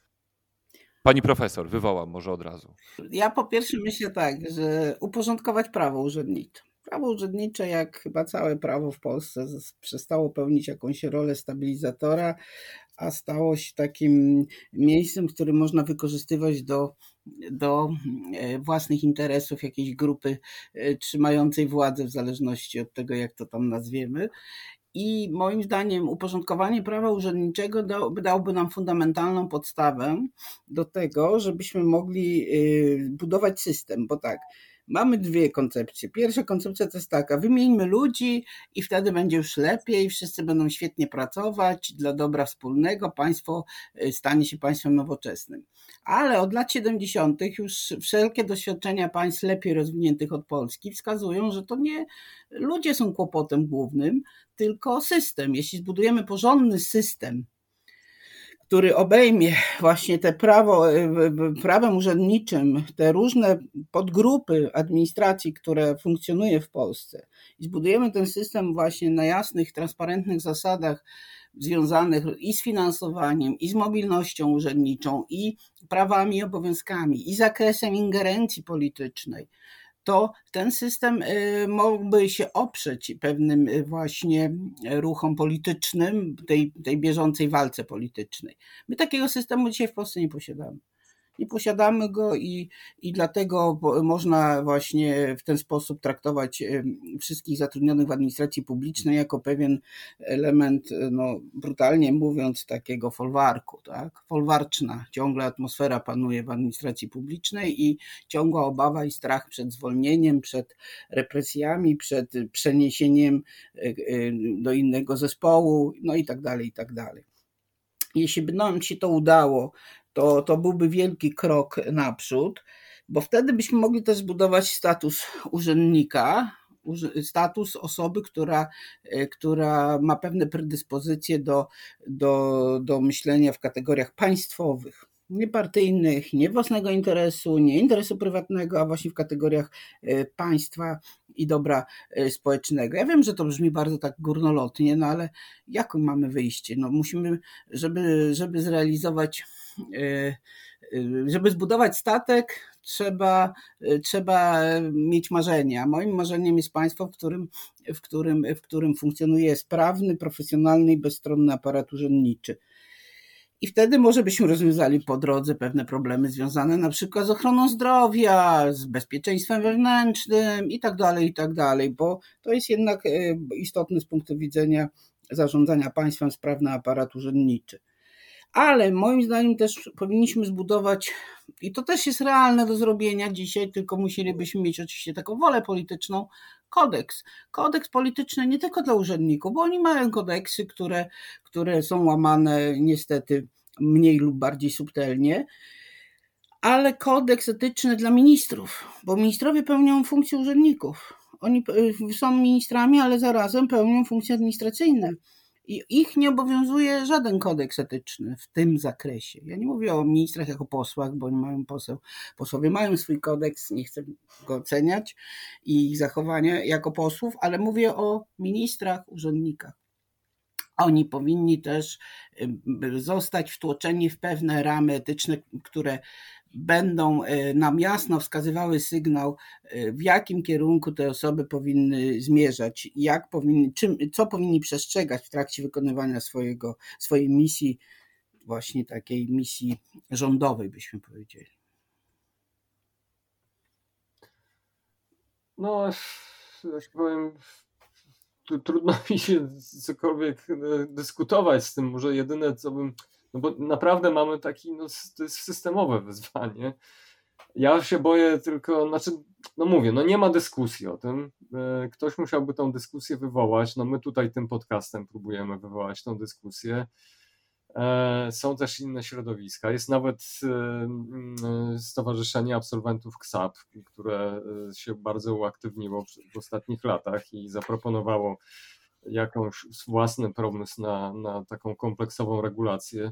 Pani profesor, wywołam może od razu. Ja po pierwsze myślę tak, że uporządkować prawo urzędnicze. Prawo urzędnicze, jak chyba całe prawo w Polsce, przestało pełnić jakąś rolę stabilizatora, a stało się takim miejscem, które można wykorzystywać do, do własnych interesów jakiejś grupy trzymającej władzę w zależności od tego, jak to tam nazwiemy. I moim zdaniem uporządkowanie prawa urzędniczego dałby nam fundamentalną podstawę do tego, żebyśmy mogli budować system, bo tak, mamy dwie koncepcje. Pierwsza koncepcja to jest taka, wymieńmy ludzi i wtedy będzie już lepiej, wszyscy będą świetnie pracować dla dobra wspólnego, państwo stanie się państwem nowoczesnym. Ale od lat siedemdziesiątych już wszelkie doświadczenia państw lepiej rozwiniętych od Polski wskazują, że to nie ludzie są kłopotem głównym, tylko system. Jeśli zbudujemy porządny system, który obejmie właśnie te prawo, prawem urzędniczym, te różne podgrupy administracji, które funkcjonuje w Polsce i zbudujemy ten system właśnie na jasnych, transparentnych zasadach związanych i z finansowaniem, i z mobilnością urzędniczą, i prawami i obowiązkami, i zakresem ingerencji politycznej, to ten system mógłby się oprzeć pewnym właśnie ruchom politycznym, tej, tej bieżącej walce politycznej. My takiego systemu dzisiaj w Polsce nie posiadamy. Nie posiadamy go i, i dlatego można właśnie w ten sposób traktować wszystkich zatrudnionych w administracji publicznej jako pewien element, no brutalnie mówiąc, takiego folwarku, tak? Folwarczna, ciągle atmosfera panuje w administracji publicznej i ciągła obawa i strach przed zwolnieniem, przed represjami, przed przeniesieniem do innego zespołu, no i tak dalej, i tak dalej. Jeśli by nam się to udało, to, to byłby wielki krok naprzód, bo wtedy byśmy mogli też zbudować status urzędnika status osoby, która, która ma pewne predyspozycje do, do, do myślenia w kategoriach państwowych. Nie partyjnych, nie własnego interesu, nie interesu prywatnego, a właśnie w kategoriach państwa i dobra społecznego. Ja wiem, że to brzmi bardzo tak górnolotnie, no ale jakie mamy wyjście? No musimy, żeby, żeby zrealizować, żeby zbudować statek, trzeba, trzeba mieć marzenia. Moim marzeniem jest państwo, w którym, w którym, w którym funkcjonuje sprawny, profesjonalny i bezstronny aparat urzędniczy. I wtedy może byśmy rozwiązali po drodze pewne problemy związane na przykład z ochroną zdrowia, z bezpieczeństwem wewnętrznym i tak dalej, i tak dalej, bo to jest jednak istotne z punktu widzenia zarządzania państwem sprawny aparat urzędniczy. Ale moim zdaniem też powinniśmy zbudować, i to też jest realne do zrobienia dzisiaj, tylko musielibyśmy mieć oczywiście taką wolę polityczną, kodeks. Kodeks polityczny nie tylko dla urzędników, bo oni mają kodeksy, które, które są łamane niestety mniej lub bardziej subtelnie, ale kodeks etyczny dla ministrów, bo ministrowie pełnią funkcje urzędników. Oni są ministrami, ale zarazem pełnią funkcje administracyjne. I ich nie obowiązuje żaden kodeks etyczny w tym zakresie. Ja nie mówię o ministrach jako posłach, bo oni mają poseł, posłowie mają swój kodeks, nie chcę go oceniać i ich zachowania jako posłów, ale mówię o ministrach, urzędnikach. Oni powinni też zostać wtłoczeni w pewne ramy etyczne, które będą nam jasno wskazywały sygnał, w jakim kierunku te osoby powinny zmierzać, jak powinny, czym, co powinni przestrzegać w trakcie wykonywania swojego, swojej misji, właśnie takiej misji rządowej, byśmy powiedzieli. No, jak powiem, tu trudno mi się cokolwiek dyskutować z tym. Może jedyne, co bym... No bo naprawdę mamy taki, no to jest systemowe wyzwanie. Ja się boję tylko, znaczy, no mówię, no nie ma dyskusji o tym. Ktoś musiałby tą dyskusję wywołać. No my tutaj tym podcastem próbujemy wywołać tą dyskusję. Są też inne środowiska. Jest nawet Stowarzyszenie Absolwentów K S A P, które się bardzo uaktywniło w ostatnich latach i zaproponowało jakąś własny pomysł na, na taką kompleksową regulację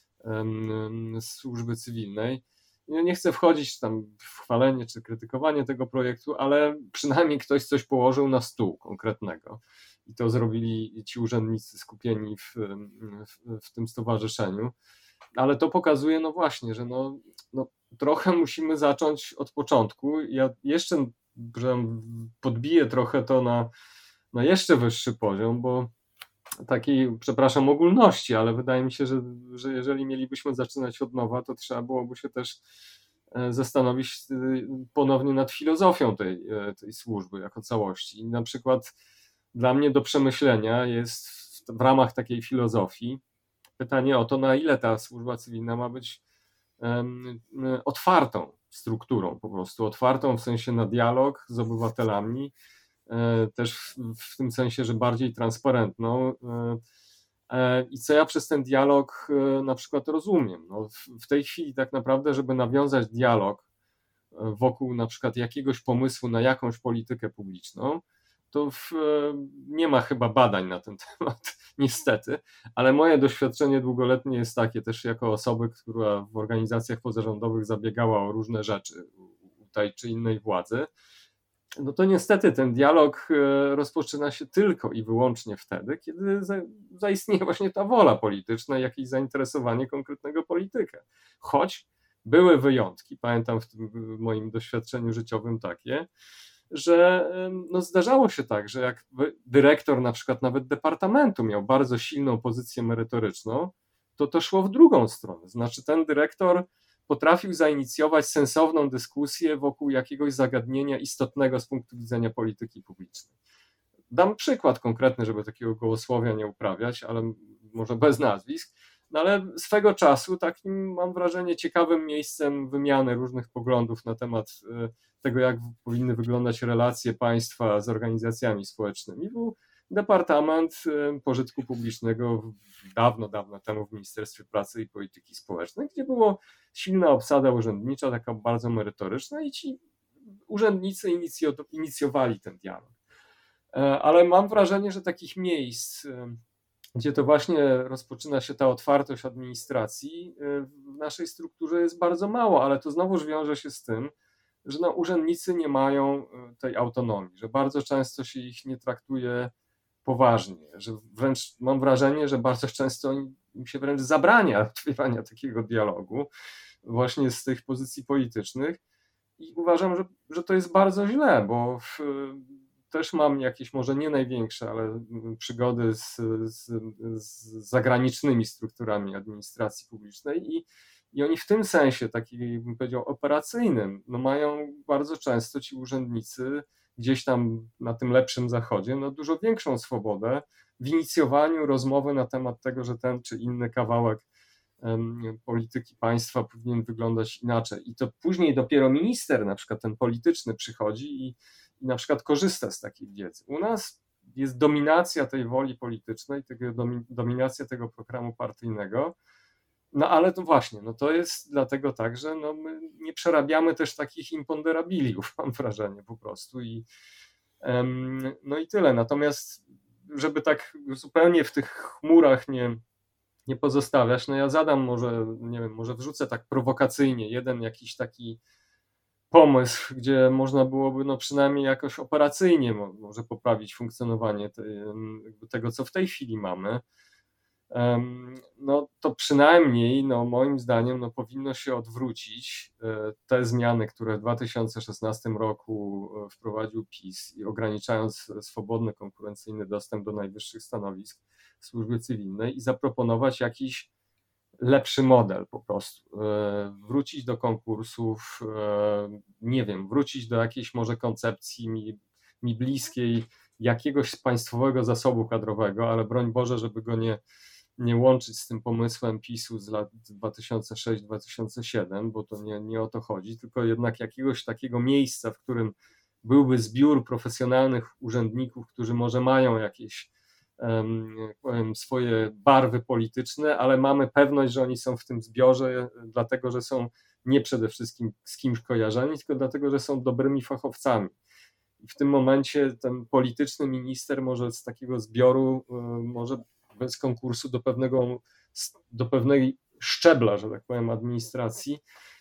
um, służby cywilnej. Ja nie chcę wchodzić tam w chwalenie czy krytykowanie tego projektu, ale przynajmniej ktoś coś położył na stół konkretnego. I to zrobili ci urzędnicy skupieni w, w, w tym stowarzyszeniu. Ale to pokazuje, no właśnie, że no, no, trochę musimy zacząć od początku. Ja jeszcze że podbiję trochę to na na jeszcze wyższy poziom, bo takiej, przepraszam, ogólności, ale wydaje mi się, że, że jeżeli mielibyśmy zaczynać od nowa, to trzeba byłoby się też zastanowić ponownie nad filozofią tej, tej służby jako całości. I na przykład dla mnie do przemyślenia jest w, w ramach takiej filozofii pytanie o to, na ile ta służba cywilna ma być um, otwartą strukturą, po prostu otwartą w sensie na dialog z obywatelami, też w, w tym sensie, że bardziej transparentną. I co ja przez ten dialog na przykład rozumiem? No w, w tej chwili tak naprawdę, żeby nawiązać dialog wokół na przykład jakiegoś pomysłu na jakąś politykę publiczną, to w, nie ma chyba badań na ten temat, niestety, ale moje doświadczenie długoletnie jest takie też jako osoby, która w organizacjach pozarządowych zabiegała o różne rzeczy u tej czy innej władzy, no to niestety ten dialog rozpoczyna się tylko i wyłącznie wtedy, kiedy zaistnieje właśnie ta wola polityczna, jakieś zainteresowanie konkretnego polityka. Choć były wyjątki, pamiętam w tym moim doświadczeniu życiowym takie, że no zdarzało się tak, że jak dyrektor na przykład nawet departamentu miał bardzo silną pozycję merytoryczną, to to szło w drugą stronę. Znaczy ten dyrektor potrafił zainicjować sensowną dyskusję wokół jakiegoś zagadnienia istotnego z punktu widzenia polityki publicznej. Dam przykład konkretny, żeby takiego gołosłowia nie uprawiać, ale może bez nazwisk, no ale swego czasu takim, mam wrażenie, ciekawym miejscem wymiany różnych poglądów na temat tego, jak powinny wyglądać relacje państwa z organizacjami społecznymi, był Departament Pożytku Publicznego dawno, dawno temu w Ministerstwie Pracy i Polityki Społecznej, gdzie było silna obsada urzędnicza, taka bardzo merytoryczna i ci urzędnicy inicjowali ten dialog. Ale mam wrażenie, że takich miejsc, gdzie to właśnie rozpoczyna się ta otwartość administracji, w naszej strukturze jest bardzo mało, ale to znowuż wiąże się z tym, że no, urzędnicy nie mają tej autonomii, że bardzo często się ich nie traktuje poważnie, że wręcz mam wrażenie, że bardzo często im się wręcz zabrania odbywania takiego dialogu właśnie z tych pozycji politycznych i uważam, że, że to jest bardzo źle, bo w, też mam jakieś może nie największe, ale przygody z, z, z zagranicznymi strukturami administracji publicznej i, i oni w tym sensie, taki bym powiedział operacyjnym, no mają bardzo często ci urzędnicy gdzieś tam na tym lepszym zachodzie, no dużo większą swobodę w inicjowaniu rozmowy na temat tego, że ten czy inny kawałek um, polityki państwa powinien wyglądać inaczej. I to później dopiero minister, na przykład ten polityczny, przychodzi i, i na przykład korzysta z takiej wiedzy. U nas jest dominacja tej woli politycznej, tego, dominacja tego programu partyjnego. No ale to właśnie, no to jest dlatego tak, że no my nie przerabiamy też takich imponderabiliów, mam wrażenie po prostu i um, no i tyle. Natomiast żeby tak zupełnie w tych chmurach nie, nie pozostawiać, no ja zadam może, nie wiem, może wrzucę tak prowokacyjnie jeden jakiś taki pomysł, gdzie można byłoby no przynajmniej jakoś operacyjnie może poprawić funkcjonowanie tej, tego, co w tej chwili mamy. No to przynajmniej no moim zdaniem no powinno się odwrócić te zmiany, które w dwa tysiące szesnastym roku wprowadził PiS i ograniczając swobodny, konkurencyjny dostęp do najwyższych stanowisk w służbie cywilnej i zaproponować jakiś lepszy model po prostu. Wrócić do konkursów, nie wiem, wrócić do jakiejś może koncepcji mi, mi bliskiej jakiegoś państwowego zasobu kadrowego, ale broń Boże, żeby go nie nie łączyć z tym pomysłem PiSu z lat dwa tysiące szósty do dwa tysiące siódmego, bo to nie, nie o to chodzi, tylko jednak jakiegoś takiego miejsca, w którym byłby zbiór profesjonalnych urzędników, którzy może mają jakieś um, powiem, swoje barwy polityczne, ale mamy pewność, że oni są w tym zbiorze, dlatego że są nie przede wszystkim z kimś kojarzeni, tylko dlatego, że są dobrymi fachowcami. I w tym momencie ten polityczny minister może z takiego zbioru um, może bez konkursu do pewnego, do pewnej szczebla, że tak powiem, administracji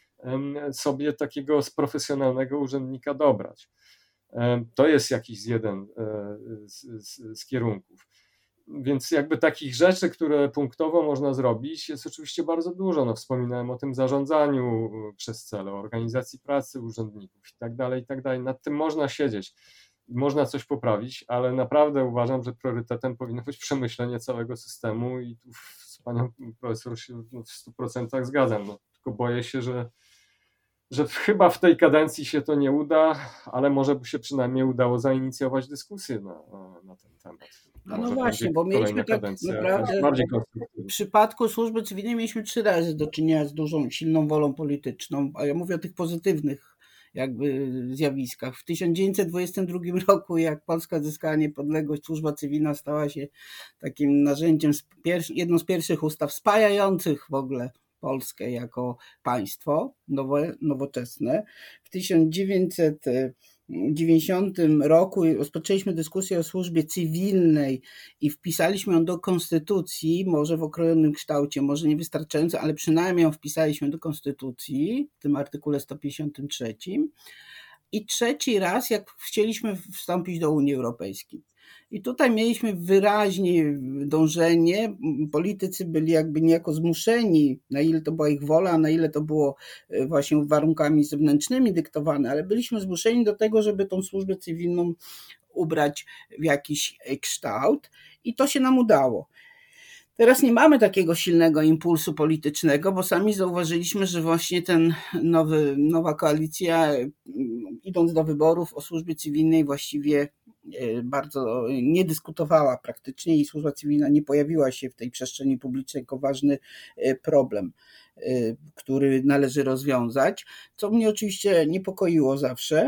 sobie takiego profesjonalnego urzędnika dobrać. To jest jakiś jeden z, z, z kierunków. Więc jakby takich rzeczy, które punktowo można zrobić, jest oczywiście bardzo dużo. No, wspominałem o tym zarządzaniu przez cele, organizacji pracy urzędników i tak dalej, i tak dalej. Nad tym można siedzieć. Można coś poprawić, ale naprawdę uważam, że priorytetem powinno być przemyślenie całego systemu i tu z panią profesor się w stu procentach zgadzam. No, tylko boję się, że, że chyba w tej kadencji się to nie uda, ale może by się przynajmniej udało zainicjować dyskusję na, na ten temat. No, no właśnie, bo mieliśmy tak naprawdę w przypadku służby cywilnej mieliśmy trzy razy do czynienia z dużą, silną wolą polityczną, a ja mówię o tych pozytywnych jakby zjawiskach. W tysiąc dziewięćset dwudziestym drugim roku, jak Polska zyskała niepodległość, służba cywilna stała się takim narzędziem, jedną z pierwszych ustaw spajających w ogóle Polskę jako państwo nowe, nowoczesne. W tysiąc dziewięćset dziewięćdziesiątym roku rozpoczęliśmy dyskusję o służbie cywilnej i wpisaliśmy ją do konstytucji, może w okrojonym kształcie, może niewystarczająco, ale przynajmniej ją wpisaliśmy do konstytucji, w tym artykule sto pięćdziesiątym trzecim. I trzeci raz, jak chcieliśmy wstąpić do Unii Europejskiej. I tutaj mieliśmy wyraźnie dążenie, politycy byli jakby niejako zmuszeni, na ile to była ich wola, na ile to było właśnie warunkami zewnętrznymi dyktowane, ale byliśmy zmuszeni do tego, żeby tą służbę cywilną ubrać w jakiś kształt i to się nam udało. Teraz nie mamy takiego silnego impulsu politycznego, bo sami zauważyliśmy, że właśnie ten nowy, nowa koalicja, idąc do wyborów o służbie cywilnej, właściwie bardzo nie dyskutowała praktycznie i służba cywilna nie pojawiła się w tej przestrzeni publicznej jako ważny problem, który należy rozwiązać, co mnie oczywiście niepokoiło zawsze.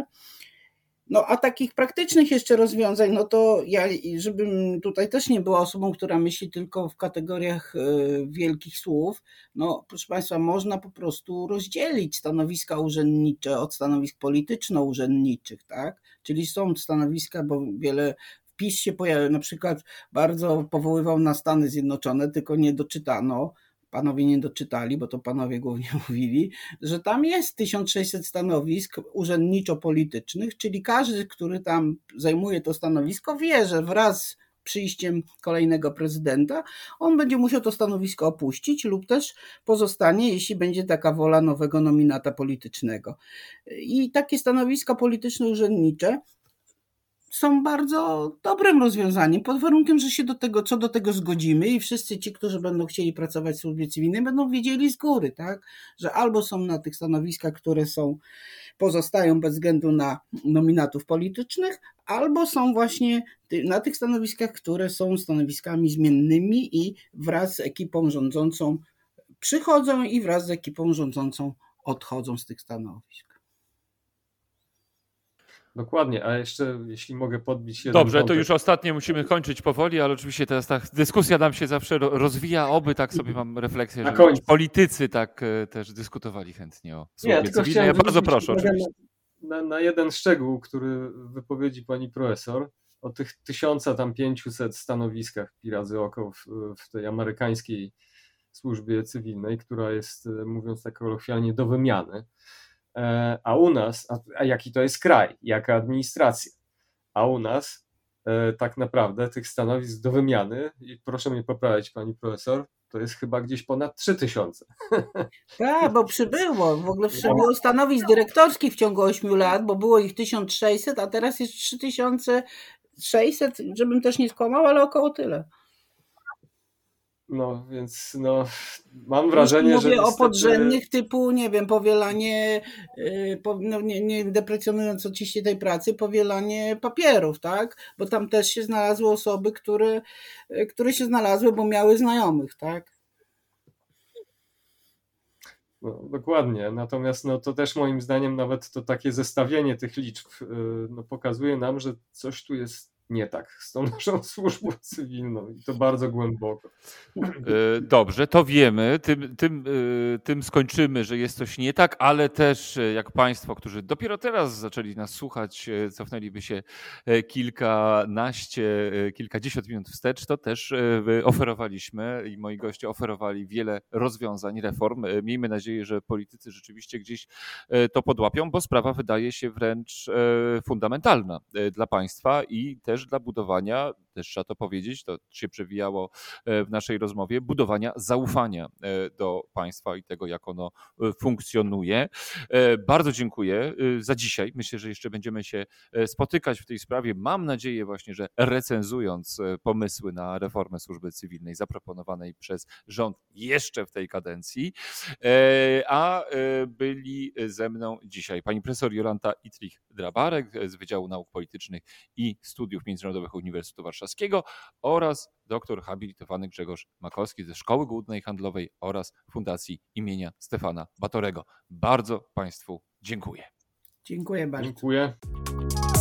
No a takich praktycznych jeszcze rozwiązań, no to ja, żebym tutaj też nie była osobą, która myśli tylko w kategoriach wielkich słów, no proszę Państwa, można po prostu rozdzielić stanowiska urzędnicze od stanowisk polityczno-urzędniczych, tak? Czyli są stanowiska, bo wiele PiS się pojawił, na przykład bardzo powoływał na Stany Zjednoczone, tylko nie doczytano, panowie nie doczytali, bo to panowie głównie mówili, że tam jest tysiąc sześćset stanowisk urzędniczo-politycznych, czyli każdy, który tam zajmuje to stanowisko, wie, że wraz z przyjściem kolejnego prezydenta on będzie musiał to stanowisko opuścić lub też pozostanie, jeśli będzie taka wola nowego nominata politycznego. I takie stanowiska polityczne urzędnicze są bardzo dobrym rozwiązaniem, pod warunkiem, że się do tego, co do tego zgodzimy i wszyscy ci, którzy będą chcieli pracować w służbie cywilnej, będą wiedzieli z góry, tak, że albo są na tych stanowiskach, które są, pozostają bez względu na nominatów politycznych, albo są właśnie na tych stanowiskach, które są stanowiskami zmiennymi i wraz z ekipą rządzącą przychodzą i wraz z ekipą rządzącą odchodzą z tych stanowisk. Dokładnie, a jeszcze jeśli mogę podbić jeden Dobrze, wątek. to już ostatnie musimy kończyć powoli, ale oczywiście teraz ta dyskusja nam się zawsze rozwija, oby tak sobie mam refleksję, Na że końcu. politycy tak e, też dyskutowali chętnie o służbie tylko cywilnej. chciałem Ja bardzo zwrócić proszę, uwagę oczywiście. Na, na jeden szczegół, który w wypowiedzi pani profesor, o tych tysiąca tam pięciuset stanowiskach pi razy oko w, w tej amerykańskiej służbie cywilnej, która jest, mówiąc tak kolokwialnie, do wymiany. A u nas, a, a jaki to jest kraj, jaka administracja, a u nas e, tak naprawdę tych stanowisk do wymiany, i proszę mnie poprawić pani profesor, to jest chyba gdzieś ponad trzy tysiące. Tak, bo przybyło, w ogóle przybyło stanowisk dyrektorskich w ciągu ośmiu lat, bo było ich tysiąc sześćset, a teraz jest trzy tysiące sześćset, żebym też nie skłamał, ale około tyle. No więc no, mam wrażenie, Już że mówię niestety... o podrzędnych typu, nie wiem, powielanie, yy, po, no nie, nie deprecjonując oczywiście tej pracy, powielanie papierów, tak? Bo tam też się znalazły osoby, które, yy, które się znalazły, bo miały znajomych, tak? No, dokładnie, natomiast no, to też moim zdaniem nawet to takie zestawienie tych liczb yy, no, pokazuje nam, że coś tu jest nie tak z tą naszą służbą cywilną i to bardzo głęboko. Dobrze, to wiemy, tym, tym, tym skończymy, że jest coś nie tak, ale też jak Państwo, którzy dopiero teraz zaczęli nas słuchać, cofnęliby się kilkanaście, kilkadziesiąt minut wstecz, to też oferowaliśmy i moi goście oferowali wiele rozwiązań, reform. Miejmy nadzieję, że politycy rzeczywiście gdzieś to podłapią, bo sprawa wydaje się wręcz fundamentalna dla państwa i też dla budowania, też trzeba to powiedzieć, to się przewijało w naszej rozmowie, budowania zaufania do państwa i tego, jak ono funkcjonuje. Bardzo dziękuję za dzisiaj. Myślę, że jeszcze będziemy się spotykać w tej sprawie. Mam nadzieję właśnie, że recenzując pomysły na reformę służby cywilnej zaproponowanej przez rząd jeszcze w tej kadencji, a byli ze mną dzisiaj pani profesor Jolanta Ittrich-Drabarek z Wydziału Nauk Politycznych i Studiów Międzynarodowych Uniwersytetu Warszawskiego oraz doktor habilitowany Grzegorz Makowski ze Szkoły Głównej Handlowej oraz Fundacji imienia Stefana Batorego. Bardzo Państwu dziękuję. Dziękuję bardzo. Dziękuję.